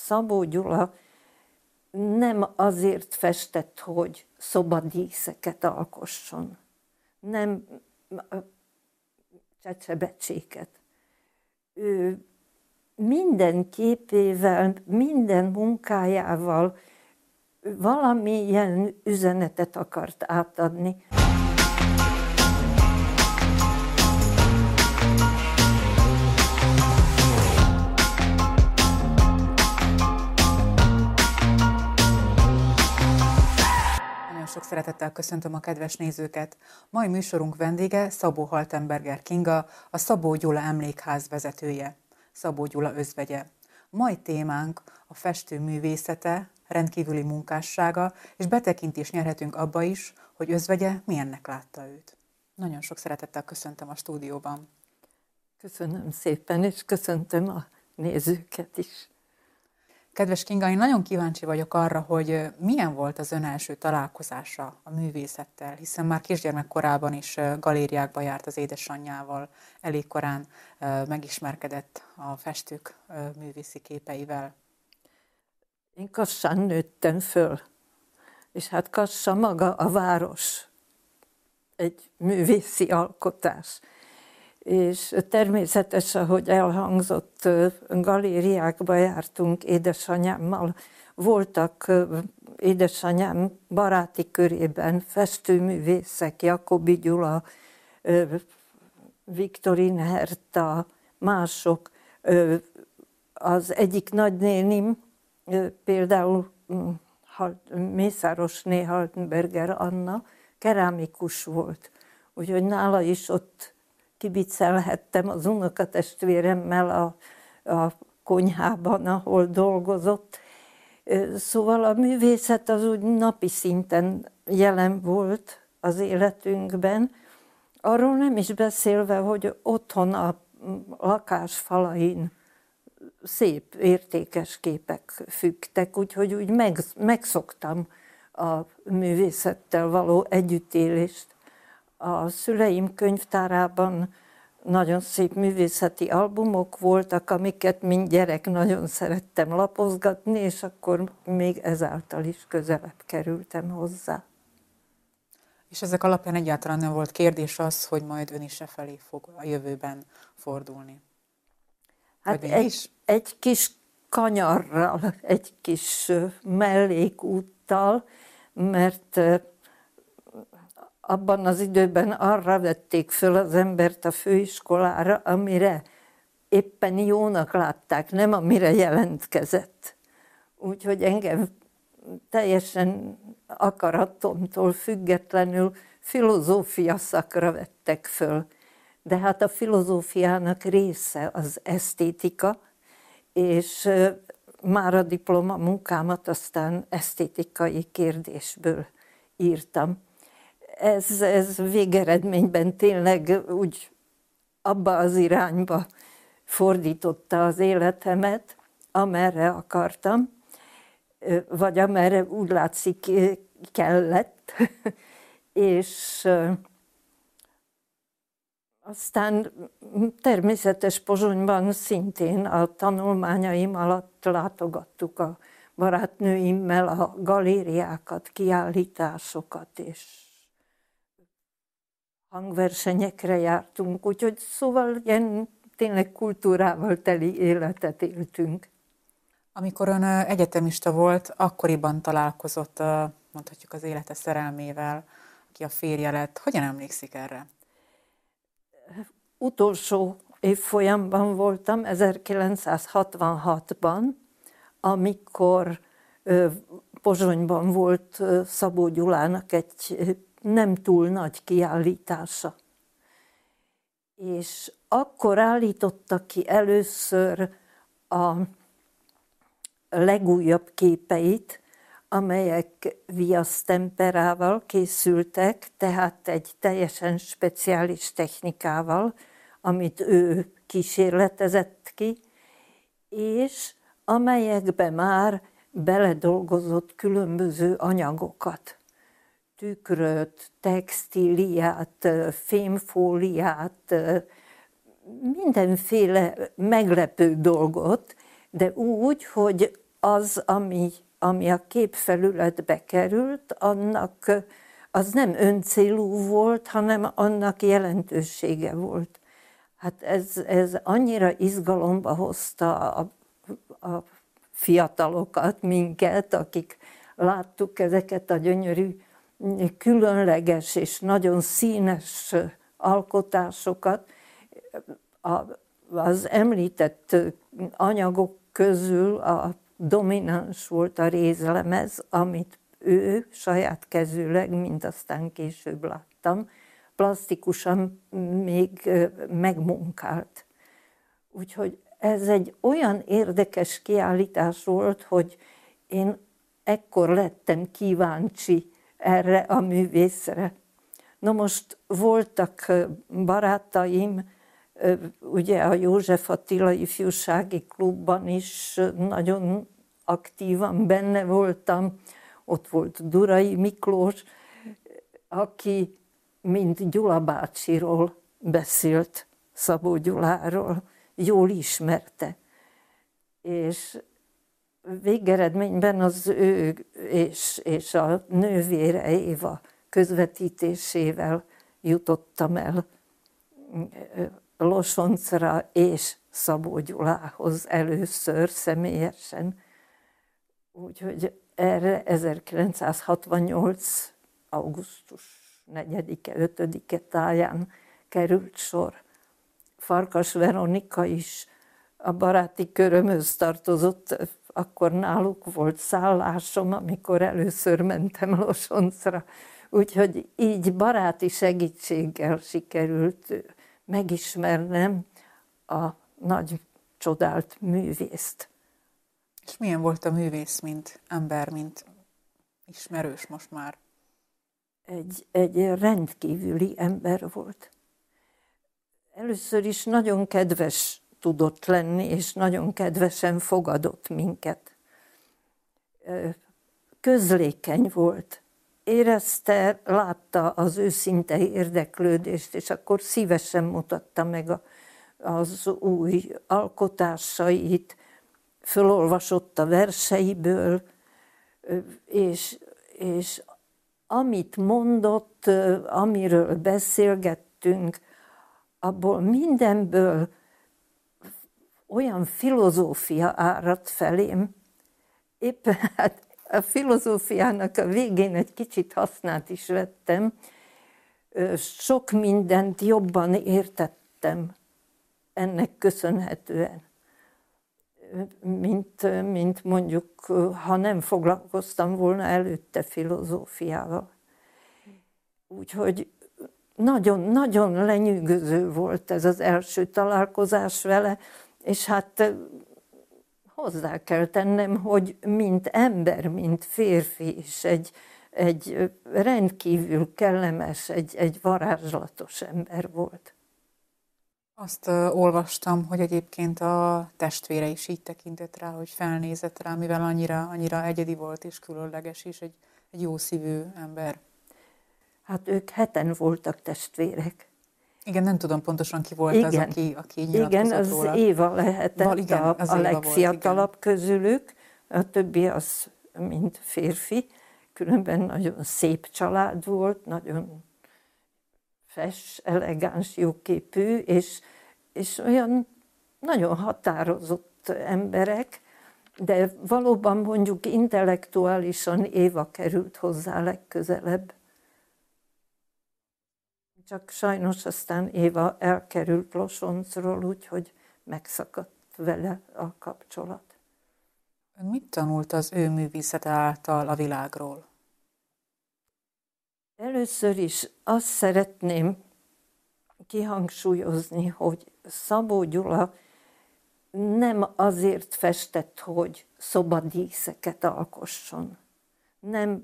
Szabó Gyula nem azért festett, hogy szobadíszeket alkosson, nem csecsebecséket. Ő minden képével, minden munkájával valamilyen üzenetet akart átadni. Sok szeretettel köszöntöm a kedves nézőket. Mai műsorunk vendége Szabó Haltenberger Kinga, a Szabó Gyula Emlékház vezetője, Szabó Gyula özvegye. Mai témánk a festő művészete, rendkívüli munkássága, és betekintést nyerhetünk abba is, hogy özvegye milyennek látta őt. Nagyon sok szeretettel köszöntöm a stúdióban. Köszönöm szépen, és köszöntöm a nézőket is. Kedves Kinga, én nagyon kíváncsi vagyok arra, hogy milyen volt az ön első találkozása a művészettel, hiszen már kisgyermek korában is galériákba járt az édesanyjával, elég korán megismerkedett a festők művészi képeivel. Én Kassán nőttem föl, és hát Kassa maga a város, egy művészi alkotás. És természetesen, ahogy elhangzott, galériákba jártunk édesanyámmal. Voltak édesanyám baráti körében festőművészek, Jakobi Gyula, Viktorin Herta, mások. Az egyik nagynénim, például Mészárosné Haltenberger Anna, kerámikus volt. Úgyhogy nála is ott kibiccelhettem az unokatestvéremmel a konyhában, ahol dolgozott. Szóval a művészet az úgy napi szinten jelen volt az életünkben. Arról nem is beszélve, hogy otthon a lakás falain szép, értékes képek függtek, úgyhogy úgy megszoktam a művészettel való együttélést. A szüleim könyvtárában nagyon szép művészeti albumok voltak, amiket mint gyerek nagyon szerettem lapozgatni, és akkor még ezáltal is közelebb kerültem hozzá. És ezek alapján egyáltalán nem volt kérdés az, hogy majd ön is felé fog a jövőben fordulni? Hát egy kis kanyarral, egy kis mellékúttal, mert abban az időben arra vették föl az embert a főiskolára, amire éppen jónak látták, nem amire jelentkezett. Úgyhogy engem teljesen akaratomtól függetlenül filozófia szakra vettek föl. De hát a filozófiának része az esztétika, és már a diplomamunkámat aztán esztétikai kérdésből írtam. Ez végeredményben tényleg úgy abba az irányba fordította az életemet, amerre akartam, vagy amerre úgy látszik kellett, és aztán természetes Pozsonyban szintén a tanulmányaim alatt látogattuk a barátnőimmel a galériákat, kiállításokat, és hangversenyekre jártunk, úgyhogy szóval ilyen tényleg kultúrával teli életet éltünk. Amikor ön egyetemista volt, akkoriban találkozott, mondhatjuk, az élete szerelmével, aki a férje lett. Hogyan emlékszik erre? Utolsó évfolyamban voltam, 1966-ban, amikor Pozsonyban volt Szabó Gyulának egy nem túl nagy kiállítása. És akkor állította ki először a legújabb képeit, amelyek viasz temperával készültek, tehát egy teljesen speciális technikával, amit ő kísérletezett ki, és amelyekbe már beledolgozott különböző anyagokat. Tükröt, textíliát, fémfóliát, mindenféle meglepő dolgot, de úgy, hogy az, ami a képfelületbe került, annak az nem öncélú volt, hanem annak jelentősége volt. Hát ez annyira izgalomba hozta a fiatalokat, minket, akik láttuk ezeket a gyönyörű, különleges és nagyon színes alkotásokat. Az említett anyagok közül a domináns volt a rézlemez, amit ő saját kezűleg, mint aztán később láttam, plastikusan még megmunkált. Úgyhogy ez egy olyan érdekes kiállítás volt, hogy én ekkor lettem kíváncsi erre a művészre. Na most voltak barátaim, ugye a József Attila Ifjúsági Klubban is nagyon aktívan benne voltam, ott volt Durai Miklós, aki mint Gyula bácsiról beszélt, Szabó Gyuláról, jól ismerte. És végeredményben az ő és a nővére Éva közvetítésével jutottam el Losoncra és Szabó Gyulához először személyesen. Úgyhogy erre 1968. augusztus 4-e, 5-e táján került sor. Farkas Veronika is a baráti körömhöz tartozott, akkor náluk volt szállásom, amikor először mentem Losoncra. Úgyhogy így baráti segítséggel sikerült megismernem a nagy csodált művészt. És milyen volt a művész, mint ember, mint ismerős most már? Egy rendkívüli ember volt. Először is nagyon kedves tudott lenni, és nagyon kedvesen fogadott minket. Közlékeny volt. Érezte, látta az őszinte érdeklődést, és akkor szívesen mutatta meg az új alkotásait, fölolvasott a verseiből, és amit mondott, amiről beszélgettünk, abból mindenből olyan filozófia áradt felém. Éppen hát a filozófiának a végén egy kicsit hasznát is vettem. Sok mindent jobban értettem ennek köszönhetően, mint mondjuk, ha nem foglalkoztam volna előtte filozófiával. Úgyhogy nagyon lenyűgöző volt ez az első találkozás vele, és hát hozzá kell tennem, hogy mint ember, mint férfi is egy rendkívül kellemes, egy varázslatos ember volt. Azt olvastam, hogy egyébként a testvére is így tekintett rá, hogy felnézett rá, mivel annyira egyedi volt és különleges, és egy jó szívű ember. Hát ők 7 voltak testvérek. Igen, nem tudom pontosan ki volt az, aki nyilatkozott igen, az róla. Éva lehetett igen, a legfiatalabb közülük, a többi az mind férfi, különben nagyon szép család volt, nagyon fes, elegáns, jóképű, és olyan nagyon határozott emberek, de valóban mondjuk intellektuálisan Éva került hozzá legközelebb. Csak sajnos aztán Éva elkerült Losoncról, úgyhogy megszakadt vele a kapcsolat. Ön mit tanult az ő művészete által a világról? Először is azt szeretném kihangsúlyozni, hogy Szabó Gyula nem azért festett, hogy szobadíszeket alkosson, nem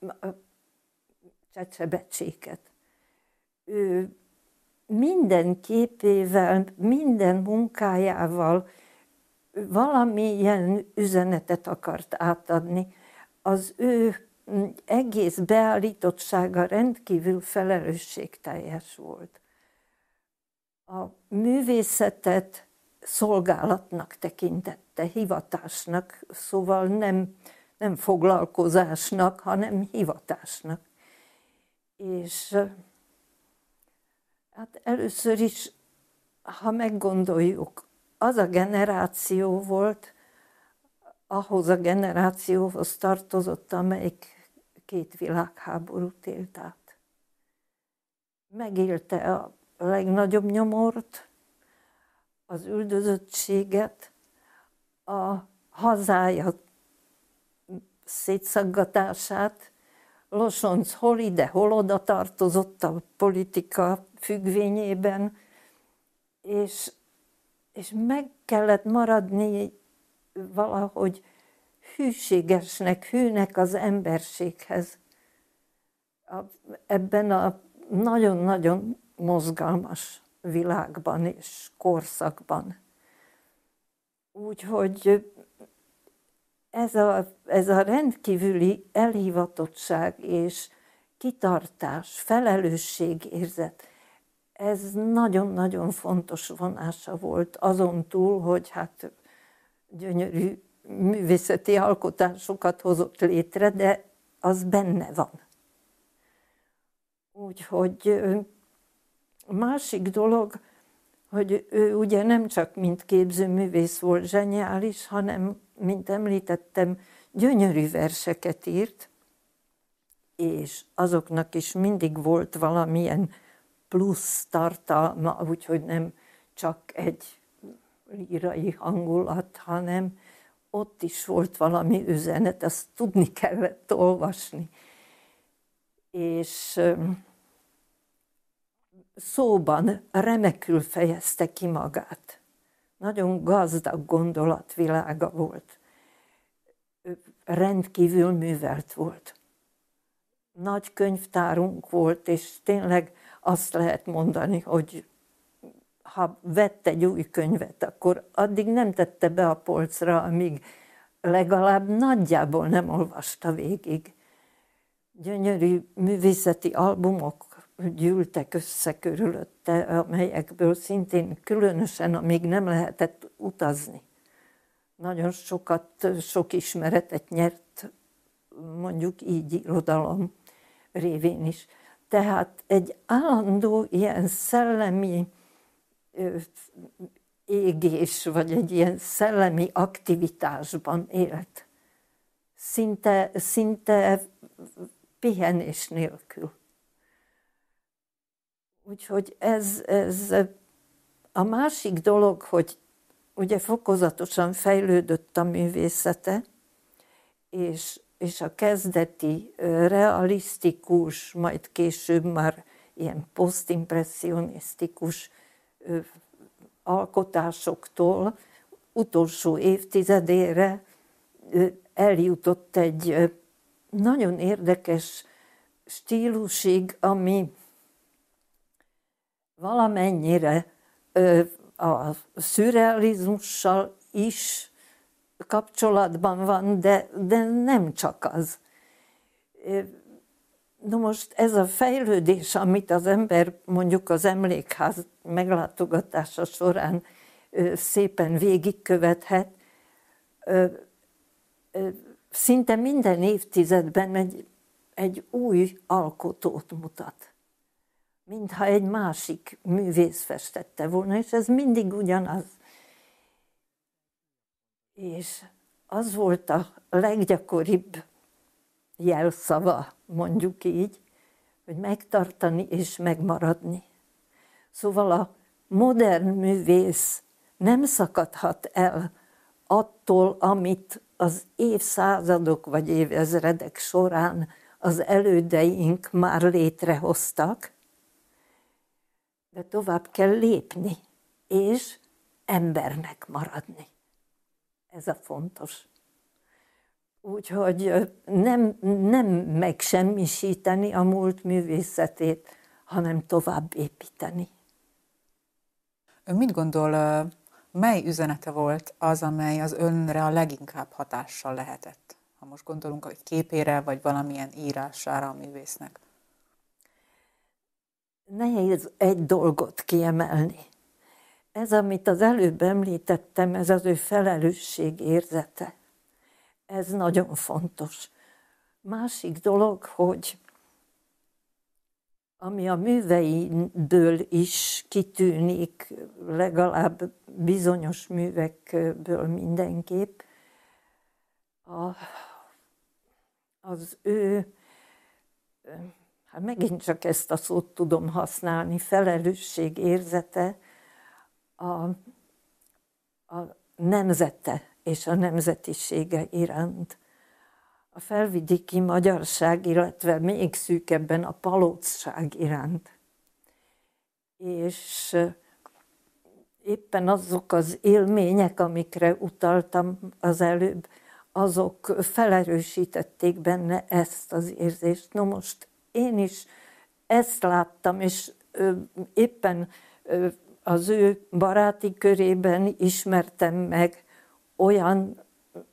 csecsebecséket. Ő minden képével, minden munkájával valamilyen üzenetet akart átadni. Az ő egész beállítottsága rendkívül felelősségteljes volt. A művészetet szolgálatnak tekintette, hivatásnak, szóval nem foglalkozásnak, hanem hivatásnak. És hát először is, ha meggondoljuk, az a generáció volt, ahhoz a generációhoz tartozott, amelyik 2 világháborút élt át. Megélte a legnagyobb nyomort, az üldözöttséget, a hazája szétszaggatását. Losonc hol ide, hol oda tartozott a politika függvényében, és meg kellett maradni valahogy hűségesnek, hűnek az emberséghez. Ebben a nagyon-nagyon mozgalmas világban és korszakban. Úgyhogy ez a rendkívüli elhivatottság és kitartás, felelősségérzet, ez nagyon-nagyon fontos vonása volt, azon túl, hogy hát gyönyörű művészeti alkotásokat hozott létre, de az benne van. Úgyhogy a másik dolog, hogy ő ugye nem csak mint képzőművész volt zseniális, hanem, mint említettem, gyönyörű verseket írt, és azoknak is mindig volt valamilyen plusz tartalma, úgyhogy nem csak egy lírai hangulat, hanem ott is volt valami üzenet, azt tudni kellett olvasni. És szóban remekül fejezte ki magát. Nagyon gazdag gondolatvilága volt. Rendkívül művelt volt. Nagy könyvtárunk volt, és tényleg azt lehet mondani, hogy ha vett egy új könyvet, akkor addig nem tette be a polcra, amíg legalább nagyjából nem olvasta végig. Gyönyörű művészeti albumok gyűltek össze körülötte, amelyekből szintén különösen, amíg nem lehetett utazni. Nagyon sok ismeretet nyert, mondjuk így irodalom révén is. Tehát egy állandó ilyen szellemi égés, vagy egy ilyen szellemi aktivitásban élt. Szinte pihenés nélkül. Úgyhogy ez a másik dolog, hogy ugye fokozatosan fejlődött a művészete, és a kezdeti realisztikus, majd később már ilyen posztimpresszionisztikus alkotásoktól utolsó évtizedére eljutott egy nagyon érdekes stílusig, ami valamennyire a szürrealizmussal is kapcsolatban van, de nem csak az. Na most ez a fejlődés, amit az ember mondjuk az emlékház meglátogatása során szépen végigkövethet, szinte minden évtizedben egy új alkotót mutat. Mintha egy másik művész festette volna, és ez mindig ugyanaz. És az volt a leggyakoribb jelszava, mondjuk így, hogy megtartani és megmaradni. Szóval a modern művész nem szakadhat el attól, amit az évszázadok vagy évezredek során az elődeink már létrehoztak, de tovább kell lépni, és embernek maradni. Ez a fontos. Úgyhogy nem megsemmisíteni a múlt művészetét, hanem tovább építeni. Ön mit gondol, mely üzenete volt az, amely az önre a leginkább hatással lehetett? Ha most gondolunk egy képére, vagy valamilyen írására a művésznek. Nehéz egy dolgot kiemelni. ez, amit az előbb említettem, ez az ő felelősség érzete. Ez nagyon fontos. Másik dolog, hogy ami a műveiből is kitűnik, legalább bizonyos művekből mindenképp, az ő, hát megint csak ezt a szót tudom használni, felelősség érzete, a nemzete és a nemzetisége iránt. A felvidéki magyarság, illetve még szűkebben a palócság iránt. És éppen azok az élmények, amikre utaltam az előbb, azok felerősítették benne ezt az érzést. No most én is ezt láttam, és éppen az ő baráti körében ismertem meg olyan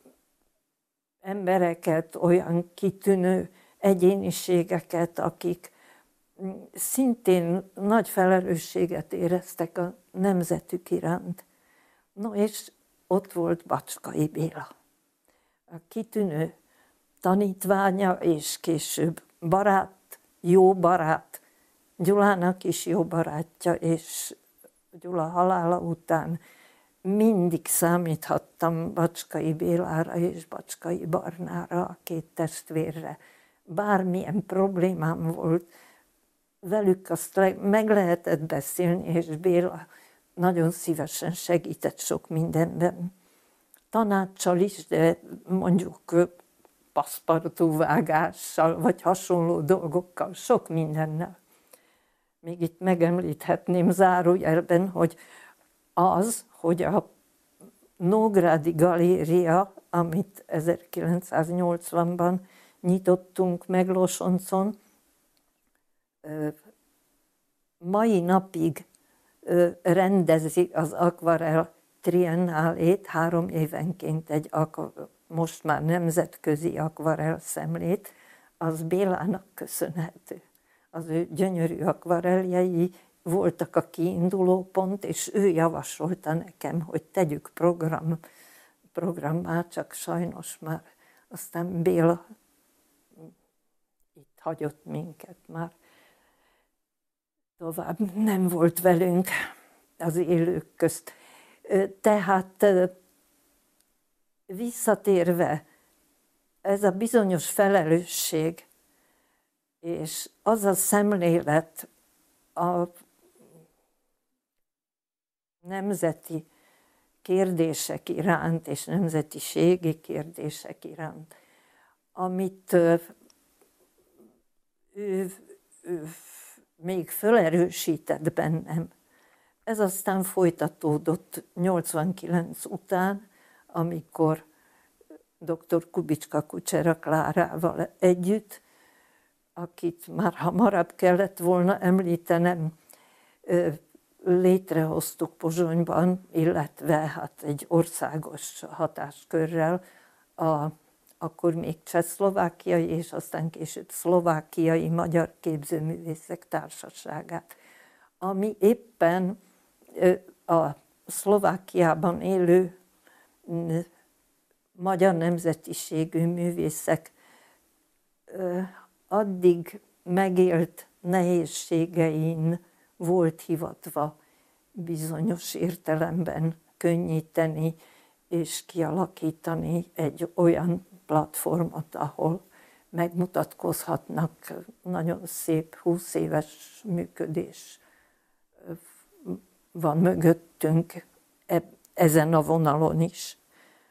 embereket, olyan kitűnő egyéniségeket, akik szintén nagy felelősséget éreztek a nemzetük iránt. No és ott volt Bacskai Béla, a kitűnő tanítványa és később barát, jó barát, Gyulának is jó barátja, és Gyula halála után mindig számíthattam Bacskai Bélára és Bacskai Barnára, a két testvérre. Bármilyen problémám volt, velük azt meg lehetett beszélni, és Béla nagyon szívesen segített sok mindenben. Tanáccsal is, de mondjuk paszpartúvágással, vagy hasonló dolgokkal, sok mindennel. Még itt megemlíthetném zárójelben, hogy hogy a Nógrádi Galéria, amit 1980-ban nyitottunk meg Losoncon, mai napig rendezi az akvarell triennálét, 3 évenként egy most már nemzetközi akvarell szemlét, az Bélának köszönhető. Az ő gyönyörű akvarelljei voltak a kiinduló pont, és ő javasolta nekem, hogy tegyük programmá, csak sajnos már aztán Béla itt hagyott minket már. Tovább nem volt velünk az élők közt. Tehát visszatérve, ez a bizonyos felelősség, és az a szemlélet a nemzeti kérdések iránt és nemzetiségi kérdések iránt, amit ő még felerősített bennem. Ez aztán folytatódott 89 után, amikor dr. Kubicska Kucsera Klárával együtt, akit már hamarabb kellett volna említenem, létrehoztuk Pozsonyban, illetve hát egy országos hatáskörrel akkor még csehszlovákiai és aztán később szlovákiai Magyar Képzőművészek Társaságát, ami éppen a Szlovákiában élő magyar nemzetiségű művészek addig megélt nehézségein volt hivatva bizonyos értelemben könnyíteni és kialakítani egy olyan platformot, ahol megmutatkozhatnak. Nagyon szép 20 éves működés van mögöttünk ezen a vonalon is.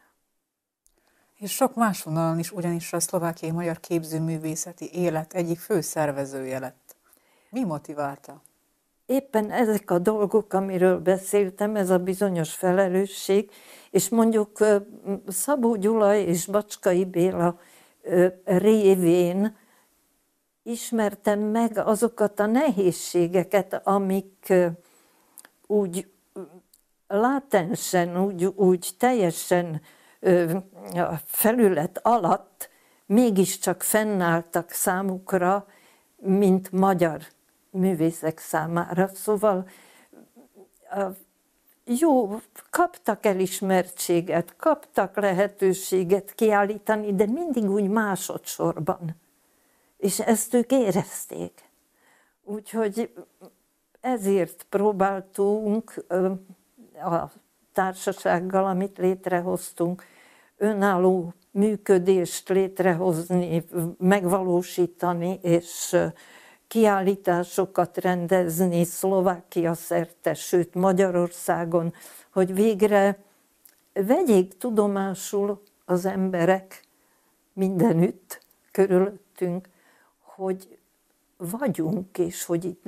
És sok más vonalon is, ugyanis a szlovákiai magyar képzőművészeti élet egyik fő szervezője lett. Mi motiválta? Éppen ezek a dolgok, amiről beszéltem, ez a bizonyos felelősség, és mondjuk Szabó Gyula és Bacskai Béla révén ismertem meg azokat a nehézségeket, amik úgy látensen, úgy teljesen a felület alatt mégiscsak fennálltak számukra, mint magyar művészek számára. Szóval jó, kaptak elismertséget, kaptak lehetőséget kiállítani, de mindig úgy másodszorban. És ezt ők érezték. Úgyhogy ezért próbáltunk a társasággal, amit létrehoztunk, önálló működést létrehozni, megvalósítani, és kiállításokat rendezni Szlovákia szerte, sőt Magyarországon, hogy végre vegyék tudomásul az emberek mindenütt körülöttünk, hogy vagyunk, és hogy itt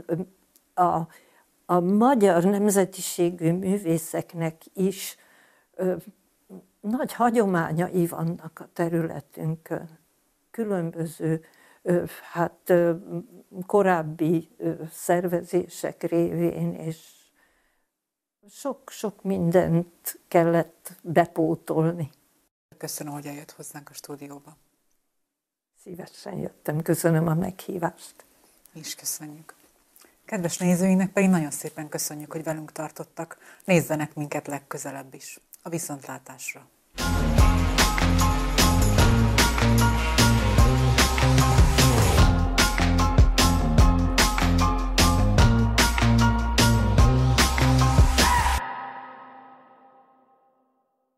a magyar nemzetiségű művészeknek is nagy hagyományai vannak a területünkön. Különböző korábbi szervezések révén, és sok-sok mindent kellett bepótolni. Köszönöm, hogy eljött hozzánk a stúdióba. Szívesen jöttem, köszönöm a meghívást. Mi is köszönjük. Kedves nézőinknek pedig nagyon szépen köszönjük, hogy velünk tartottak. Nézzenek minket legközelebb is. A viszontlátásra!